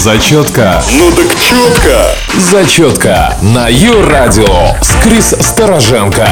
Зачетка. Ну так четко. Зачетка на Ю-радио с Крис Стороженко.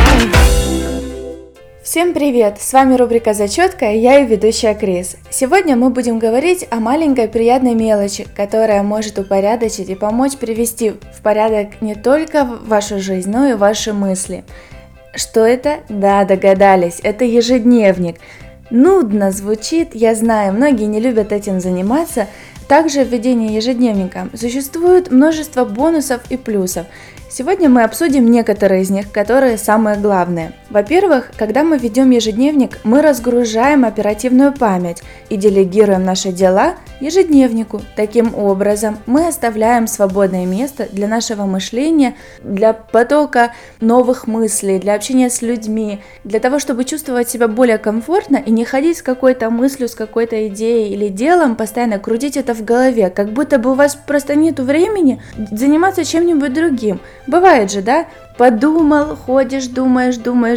Всем привет! С вами рубрика «Зачетка» и я ее ведущая Крис. Сегодня мы будем говорить о маленькой приятной мелочи, которая может упорядочить и помочь привести в порядок не только вашу жизнь, но и ваши мысли. Что это? Да, догадались, это ежедневник. Нудно звучит, я знаю, многие не любят этим заниматься. Также в ведении ежедневника существует множество бонусов и плюсов. Сегодня мы обсудим некоторые из них, которые самые главные. Во-первых, когда мы ведем ежедневник, мы разгружаем оперативную память и делегируем наши дела ежедневнику. Таким образом, мы оставляем свободное место для нашего мышления, для потока новых мыслей, для общения с людьми, для того, чтобы чувствовать себя более комфортно и не ходить с какой-то мыслью, с какой-то идеей или делом, постоянно крутить это в голове, как будто бы у вас просто нет времени заниматься чем-нибудь другим. Бывает же, да? Подумал, ходишь, думаешь,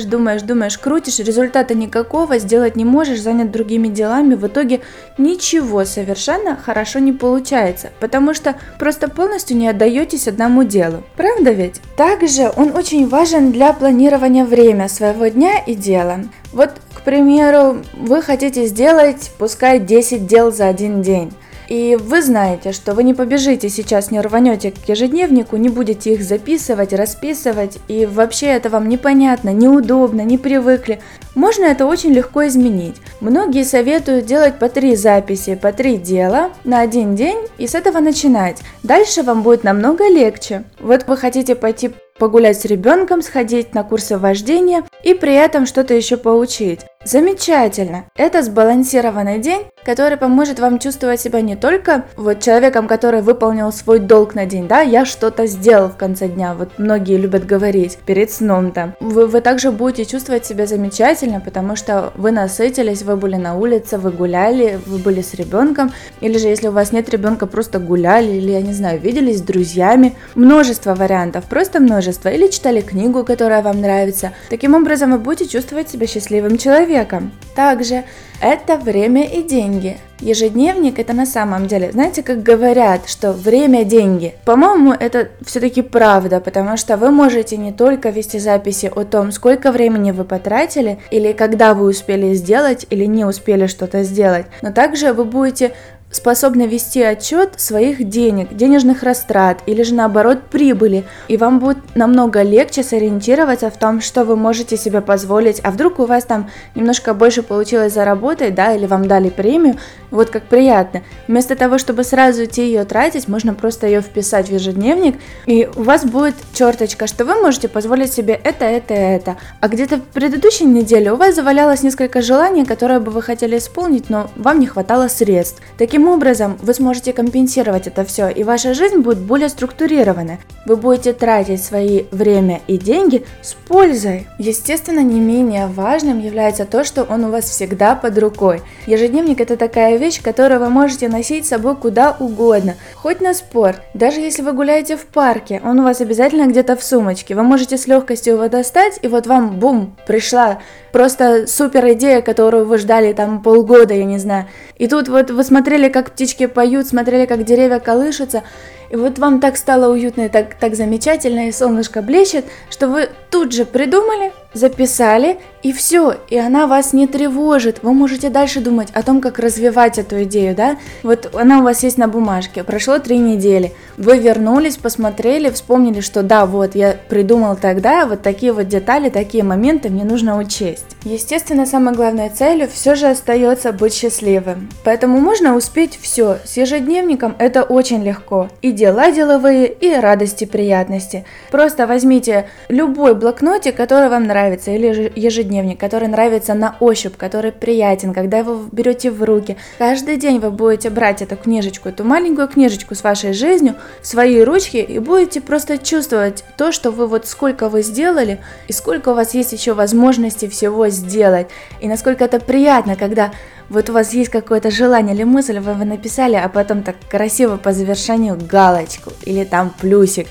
крутишь, результата никакого, сделать не можешь, занят другими делами, в итоге ничего совершенно хорошо не получается, потому что просто полностью не отдаетесь одному делу. Правда ведь? Также он очень важен для планирования времени своего дня и дела. Вот, к примеру, вы хотите сделать, пускай 10 дел за один день. И вы знаете, что вы не побежите сейчас, не рванете к ежедневнику, не будете их записывать, расписывать, и вообще это вам непонятно, неудобно, не привыкли. Можно это очень легко изменить. Многие советуют делать по 3 записи, по 3 дела на один день и с этого начинать. Дальше вам будет намного легче. Вот вы хотите пойти погулять с ребенком, сходить на курсы вождения и при этом что-то еще поучить. Замечательно! Это сбалансированный день, который поможет вам чувствовать себя не только вот человеком, который выполнил свой долг на день, да, я что-то сделал в конце дня, вот многие любят говорить перед сном там. Вы также будете чувствовать себя замечательно, потому что вы насытились, вы были на улице, вы гуляли, вы были с ребенком, или же если у вас нет ребенка, просто гуляли, или, я не знаю, виделись с друзьями. Множество вариантов, просто множество. Или читали книгу, которая вам нравится. Таким образом, вы будете чувствовать себя счастливым человеком. Также это время и деньги. Ежедневник — это на самом деле, знаете, как говорят, что время — деньги. По-моему, это все-таки правда, потому что вы можете не только вести записи о том, сколько времени вы потратили, или когда вы успели сделать, или не успели что-то сделать, но также вы будете способны вести отчет своих денег, денежных растрат или же наоборот прибыли, и вам будет намного легче сориентироваться в том, что вы можете себе позволить, а вдруг у вас там немножко больше получилось заработать, да, или вам дали премию, вот как приятно. Вместо того, чтобы сразу идти ее тратить, можно просто ее вписать в ежедневник, и у вас будет черточка, что вы можете позволить себе это, а где-то в предыдущей неделе у вас завалялось несколько желаний, которые бы вы хотели исполнить, но вам не хватало средств. Таким образом, вы сможете компенсировать это все, и ваша жизнь будет более структурированной. Вы будете тратить свои время и деньги с пользой. Естественно, не менее важным является то, что он у вас всегда под рукой. Ежедневник — это такая вещь, которую вы можете носить с собой куда угодно, хоть на спорт. Даже если вы гуляете в парке, он у вас обязательно где-то в сумочке. Вы можете с легкостью его достать, и вот вам, бум, пришла просто супер идея, которую вы ждали там полгода, я не знаю. И тут вот вы смотрели, как птички поют, смотрели, как деревья колышутся, и вот вам так стало уютно и так замечательно, и солнышко блещет, что вы тут же придумали, записали, и все, и она вас не тревожит. Вы можете дальше думать о том, как развивать эту идею, да? Вот она у вас есть на бумажке, прошло 3 недели, вы вернулись, посмотрели, вспомнили, что да, вот я придумал тогда, вот такие вот детали, такие моменты мне нужно учесть. Естественно, самой главной целью все же остается быть счастливым, поэтому можно успеть все. С ежедневником это очень легко, и дела деловые, и радости, приятности. Просто возьмите любой блокнотик, который вам нравится, или ежедневник, который нравится на ощупь, который приятен, когда вы его берете в руки. Каждый день вы будете брать эту книжечку, эту маленькую книжечку с вашей жизнью в свои ручки и будете просто чувствовать то, что вы вот сколько вы сделали и сколько у вас есть еще возможностей всего сделать. И насколько это приятно, когда вот у вас есть какое-то желание или мысль, вы написали, а потом так красиво по завершению галочку или там плюсик.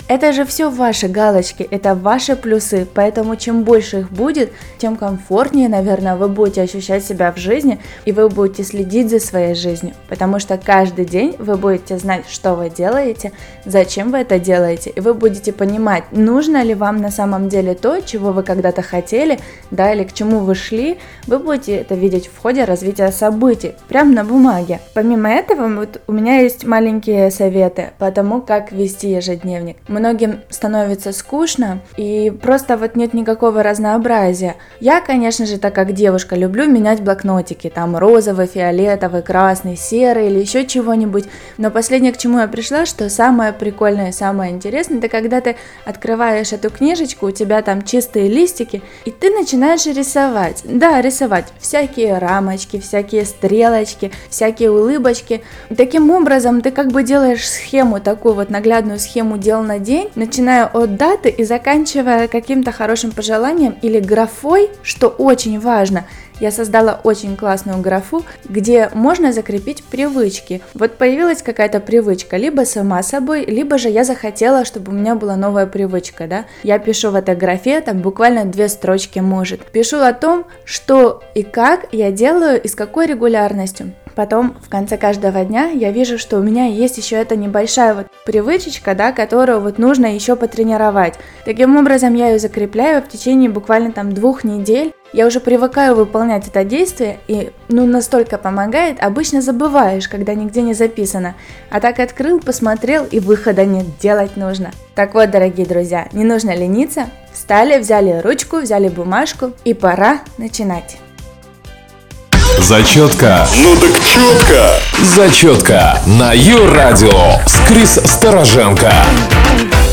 Это же все ваши галочки, это ваши плюсы, поэтому чем больше их будет, тем комфортнее, наверное, вы будете ощущать себя в жизни, и вы будете следить за своей жизнью, потому что каждый день вы будете знать, что вы делаете, зачем вы это делаете, и вы будете понимать, нужно ли вам на самом деле то, чего вы когда-то хотели, да, или к чему вы шли, вы будете это видеть в ходе развития событий, прямо на бумаге. Помимо этого, вот у меня есть маленькие советы по тому, как вести ежедневник. Многим становится скучно, и просто вот нет никакого разнообразия. Я, конечно же, так как девушка, люблю менять блокнотики, там розовый, фиолетовый, красный, серый или еще чего-нибудь, но последнее, к чему я пришла, что самое прикольное и самое интересное, это когда ты открываешь эту книжечку, у тебя там чистые листики, и ты начинаешь рисовать. Да, рисовать всякие рамочки, всякие стрелочки, всякие улыбочки. Таким образом, ты как бы делаешь схему, такую вот наглядную схему дел на день, начиная от даты и заканчивая каким-то хорошим пожеланием или графой, что очень важно. Я создала очень классную графу, где можно закрепить привычки. Вот появилась какая-то привычка, либо сама собой, либо же я захотела, чтобы у меня была новая привычка, да. Я пишу в этой графе, там буквально 2 строчки может. Пишу о том, что и как я делаю и с какой регулярностью. Потом в конце каждого дня я вижу, что у меня есть еще эта небольшая вот привычечка, да, которую вот нужно еще потренировать. Таким образом я ее закрепляю в течение буквально там 2 недель. Я уже привыкаю выполнять это действие, и настолько помогает, обычно забываешь, когда нигде не записано. А так открыл, посмотрел, и выхода нет, делать нужно. Так вот, дорогие друзья, не нужно лениться. Встали, взяли ручку, взяли бумажку, и пора начинать. Зачетка. Ну так четко. Зачетка на Ю-радио с Крис Стороженко.